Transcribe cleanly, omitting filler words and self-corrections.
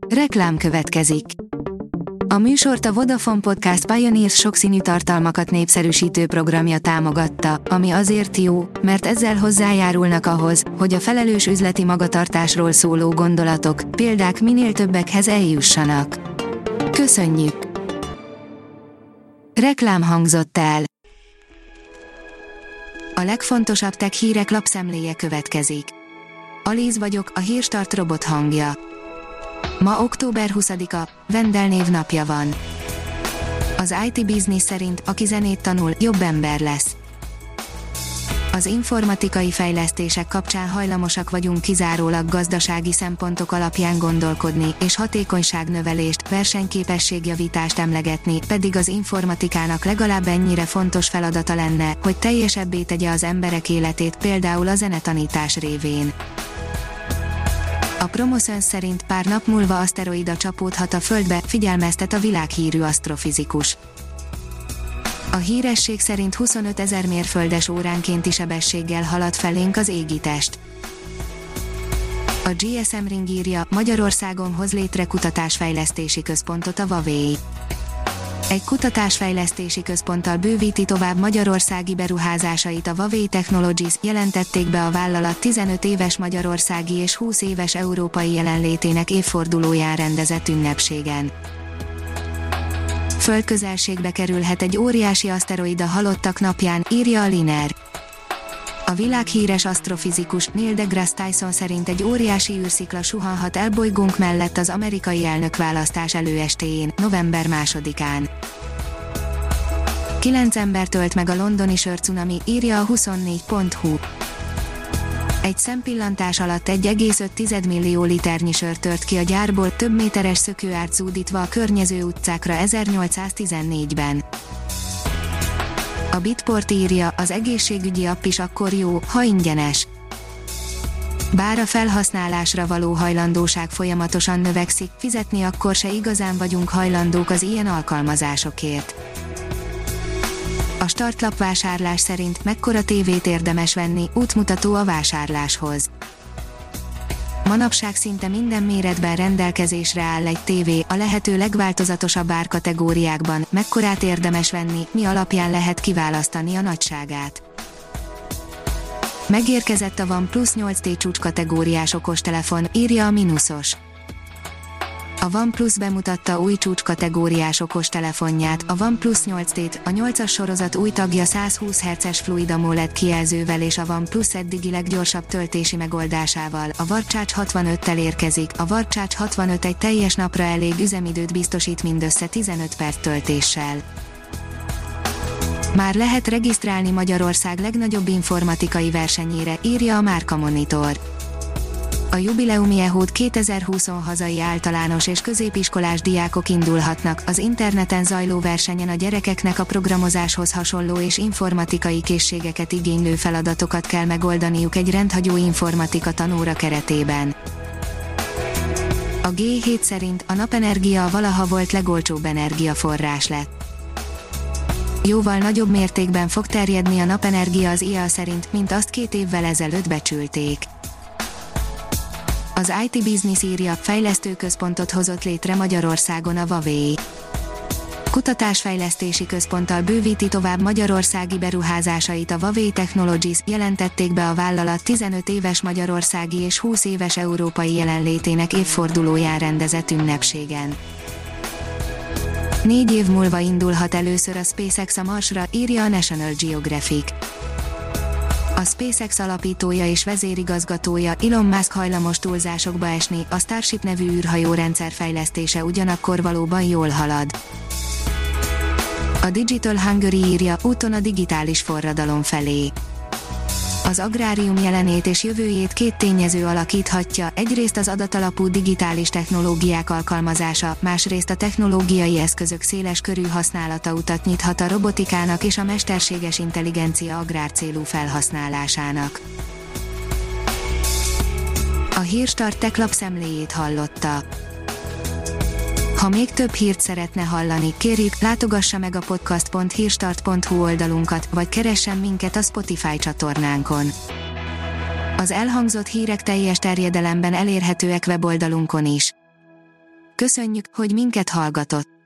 Reklám következik. A műsort a Vodafone Podcast Pioneers sokszínű tartalmakat népszerűsítő programja támogatta, ami azért jó, mert ezzel hozzájárulnak ahhoz, hogy a felelős üzleti magatartásról szóló gondolatok, példák minél többekhez eljussanak. Köszönjük! Reklám hangzott el. A legfontosabb tech hírek lapszemléje következik. Alíz vagyok, a Hírstart robot hangja. Ma október 20-a, Vendel névnapja van. Az IT Business szerint, aki zenét tanul, jobb ember lesz. Az informatikai fejlesztések kapcsán hajlamosak vagyunk kizárólag gazdasági szempontok alapján gondolkodni, és hatékonyságnövelést, versenyképességjavítást emlegetni, pedig az informatikának legalább ennyire fontos feladata lenne, hogy teljesebbé tegye az emberek életét, például a zenetanítás révén. A Promoszöns szerint pár nap múlva aszteroida csapódhat a Földbe, figyelmeztet a világhírű asztrofizikus. A híresség szerint 25 000 mérföldes óránkénti sebességgel halad felénk az égitest. A GSM Ring írja, Magyarországon hoz létre kutatásfejlesztési központot a Huawei. Egy kutatásfejlesztési központtal bővíti tovább magyarországi beruházásait a Huawei Technologies, jelentették be a vállalat 15 éves magyarországi és 20 éves európai jelenlétének évfordulóján rendezett ünnepségen. Földközelségbe kerülhet egy óriási aszteroida halottak napján, írja a Liner. A világhíres asztrofizikus Neil deGrasse Tyson szerint egy óriási űrszikla suhanhat el bolygónk mellett az amerikai elnökválasztás előestéjén, november 2-án. 9 embert ölt meg a londoni sörcunami, írja a 24.hu. Egy szempillantás alatt 1,5 millió liternyi sör tört ki a gyárból, több méteres szökőárt zúdítva a környező utcákra 1814-ben. A Bitport írja, az egészségügyi app is akkor jó, ha ingyenes. Bár a felhasználásra való hajlandóság folyamatosan növekszik, fizetni akkor se igazán vagyunk hajlandók az ilyen alkalmazásokért. A startlap vásárlás szerint mekkora tévét érdemes venni, útmutató a vásárláshoz. Manapság szinte minden méretben rendelkezésre áll egy tévé, a lehető legváltozatosabb árkategóriákban, mekkorát érdemes venni, mi alapján lehet kiválasztani a nagyságát. Megérkezett a OnePlus 8T csúcskategóriás okostelefon, írja a Minusos. A OnePlus bemutatta új csúcskategóriás okostelefonját, a OnePlus 8T-t, a 8-as sorozat új tagja 120 Hz Fluid AMOLED kijelzővel és a OnePlus eddigi leggyorsabb töltési megoldásával, a Warcharge 65-tel érkezik, a Warcharge 65 egy teljes napra elég üzemidőt biztosít mindössze 15 perc töltéssel. Már lehet regisztrálni Magyarország legnagyobb informatikai versenyére, írja a Márka Monitor. A jubileumi EHOD 2020 hazai általános és középiskolás diákok indulhatnak, az interneten zajló versenyen a gyerekeknek a programozáshoz hasonló és informatikai készségeket igénylő feladatokat kell megoldaniuk egy rendhagyó informatika tanóra keretében. A G7 szerint a napenergia a valaha volt legolcsóbb energiaforrás lett. Jóval nagyobb mértékben fog terjedni a napenergia az IEA szerint, mint azt 2 évvel ezelőtt becsülték. Az IT Business írja, fejlesztőközpontot hozott létre Magyarországon a Huawei. Kutatásfejlesztési központtal bővíti tovább magyarországi beruházásait a Huawei Technologies, jelentették be a vállalat 15 éves magyarországi és 20 éves európai jelenlétének évfordulóján rendezett ünnepségen. 4 év múlva indulhat először a SpaceX a Marsra, írja a National Geographic. A SpaceX alapítója és vezérigazgatója, Elon Musk hajlamos túlzásokba esni, a Starship nevű űrhajó rendszer fejlesztése ugyanakkor valóban jól halad. A Digital Hungary írja, úton a digitális forradalom felé. Az agrárium jelenét és jövőjét 2 tényező alakíthatja, egyrészt az adatalapú digitális technológiák alkalmazása, másrészt a technológiai eszközök széles körű használata utat nyithat a robotikának és a mesterséges intelligencia agrárcélú felhasználásának. A Hírstart Tech lapszemléjét hallotta. Ha még több hírt szeretne hallani, kérjük, látogassa meg a podcast.hírstart.hu oldalunkat, vagy keressen minket a Spotify csatornánkon. Az elhangzott hírek teljes terjedelemben elérhetőek weboldalunkon is. Köszönjük, hogy minket hallgatott!